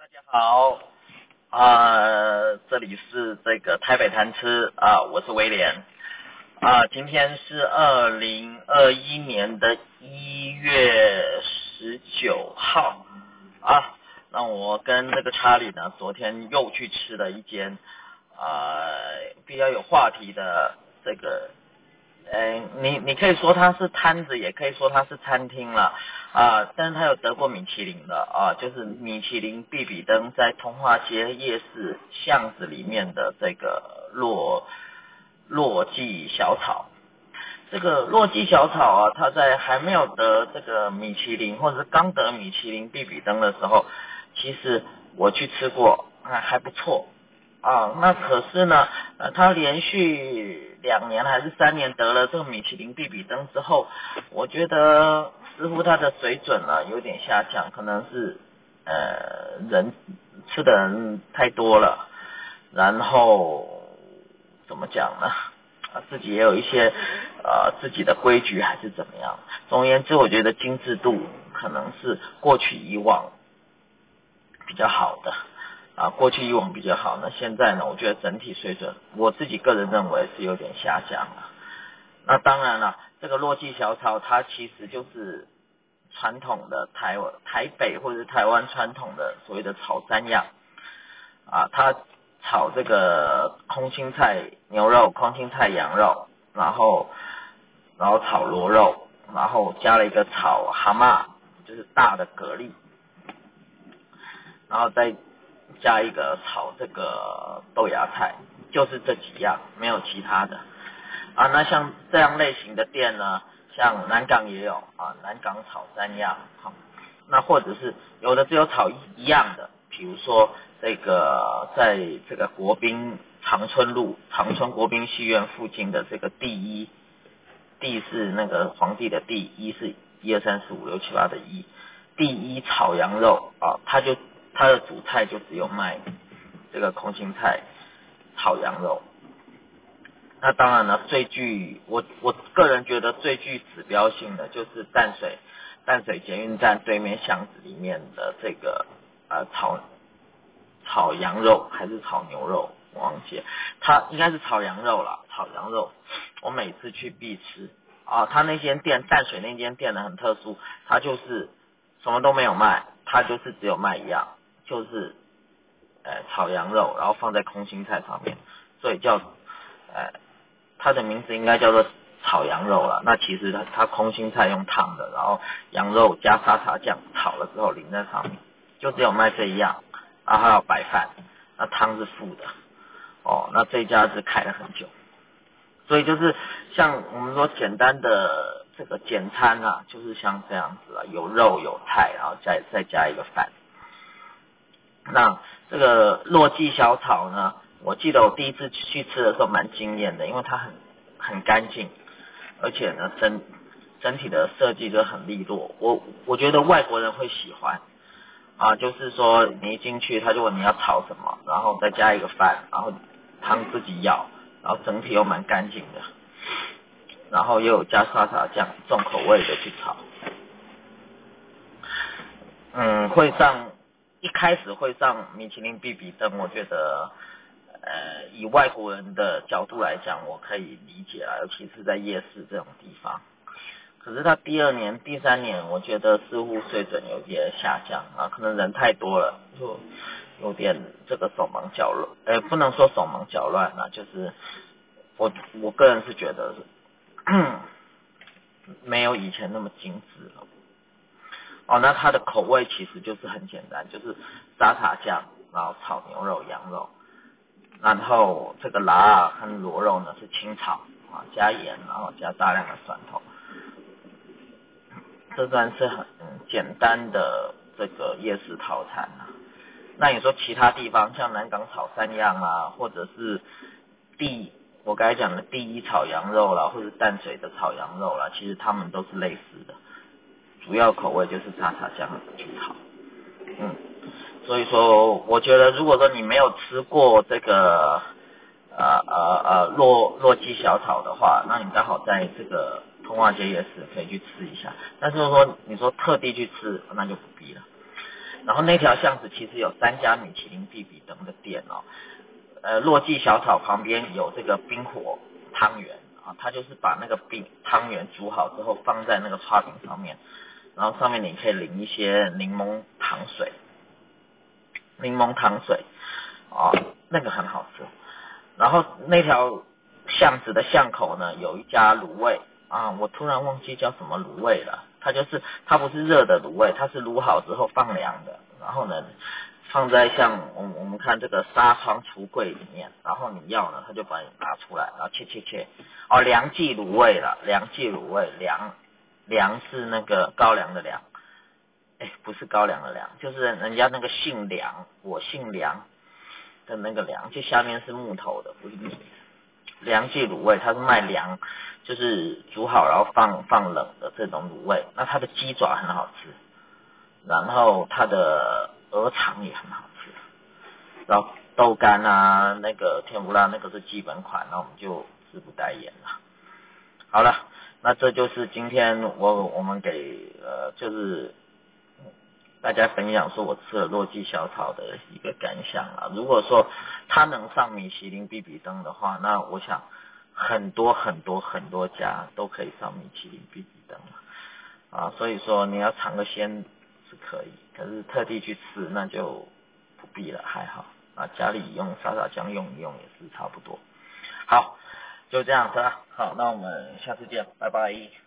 家好，这里是这个台北谈吃我是威廉今天是2021年的1月19号那我跟这个查理呢，昨天又去吃了一间比较有话题的这个你可以说它是摊子，也可以说它是餐厅了但是它有得过米其林的就是米其林必比登在通化街夜市巷子里面的这个洛记小炒。这个洛记小炒它在还没有得这个米其林或者是刚得米其林必比登的时候，其实我去吃过还不错那可是呢他连续2年还是3年得了这个米其林必比登之后，我觉得似乎他的水准有点下降，可能是人吃的人太多了，然后怎么讲呢自己也有一些自己的规矩还是怎么样。总而言之，我觉得精致度可能是过去以往比较好的过去以往比较好，那现在呢，我觉得整体水准，我自己个人认为是有点下降了。那当然了，这个洛记小炒它其实就是传统的台北或者是台湾传统的所谓的炒3样它炒这个空心菜牛肉、空心菜羊肉，然后炒螺肉，然后加了一个炒蛤蟆，就是大的蛤蜊，然后再加一个炒这个豆芽菜，就是这几样，没有其他的那像这样类型的店呢，像南港也有南港炒3样那或者是有的只有炒一样的，比如说这个在这个国宾长春路长春国宾戏院附近的这个第是那个皇帝的第，一是1 2 3 4 5 6 7 8的一，第一炒羊肉它的主菜就只有卖这个空心菜炒羊肉。那当然了，我个人觉得最具指标性的就是淡水捷运站对面巷子里面的这个炒羊肉还是炒牛肉，我忘记了，它应该是炒羊肉啦，炒羊肉我每次去必吃它那间店淡水那间店呢很特殊，它就是什么都没有卖，它就是只有卖一样，就是炒羊肉，然后放在空心菜上面，所以叫它的名字应该叫做炒羊肉了。那其实它空心菜用烫的，然后羊肉加沙茶酱炒了之后淋在上面，就只有卖这一样还有白饭，那汤是附的那这一家是开了很久，所以就是像我们说简单的这个简餐就是像这样子有肉有菜，然后再加一个饭。那这个洛记小炒呢，我记得我第一次去吃的时候蛮惊艳的，因为它很干净，而且呢整体的设计就很利落，我觉得外国人会喜欢就是说你一进去他就问你要炒什么，然后再加一个饭，然后汤自己舀，然后整体又蛮干净的，然后又有加沙茶酱重口味的去炒。一开始会上米其林必比登，我觉得以外国人的角度来讲我可以理解尤其是在夜市这种地方。可是他第2年第3年我觉得似乎水准有点下降可能人太多了，就有点这个手忙脚乱不能说手忙脚乱就是我个人是觉得没有以前那么精致了那它的口味其实就是很简单，就是沙茶酱，然后炒牛肉羊肉，然后这个辣和螺肉呢是清炒加盐，然后加大量的蒜头，这算是很简单的这个夜市套餐那你说其他地方像南港炒3样或者是我刚才讲的第一炒羊肉啦，或者淡水的炒羊肉啦，其实他们都是类似的，主要口味就是沙茶酱去炒所以说我觉得如果说你没有吃过这个洛记小炒的话，那你刚好在这个通化街夜市可以去吃一下，但是说你说特地去吃那就不必了。 然后那条巷子其实有3家米其林必比登的店哦。洛记小草旁边有这个冰火汤圆啊，它就是把那个汤圆煮好之后放在那个叉饼上面，然后上面你可以淋一些柠檬糖水啊，那个很好吃。然后那条巷子的巷口呢，有一家卤味啊，我突然忘记叫什么卤味了。它不是热的卤味，它是卤好之后放凉的，然后呢放在像我们看这个纱窗橱柜里面，然后你要呢，他就把你拿出来，然后切。哦，梁记卤味了，梁是那个高粱的梁，不是高粱的梁，就是人家那个姓梁，我姓梁的那个梁，就下面是木头的，不是米。梁记卤味它是卖凉，就是煮好然后放冷的这种卤味，那它的鸡爪很好吃，然后它的鹅肠也很好吃，然后豆干啊，那个甜不辣那个是基本款，那我们就自不代言了。好了，那这就是今天我们给就是大家分享说我吃了洛记小草的一个感想啊。如果说它能上米其林必比登的话，那我想很多家都可以上米其林必比登了啊。所以说你要尝个鲜是可以，可是特地去吃那就不必了，还好啊，家里用撒酱用一用也是差不多。好，就这样子啦。好，那我们下次见，拜拜。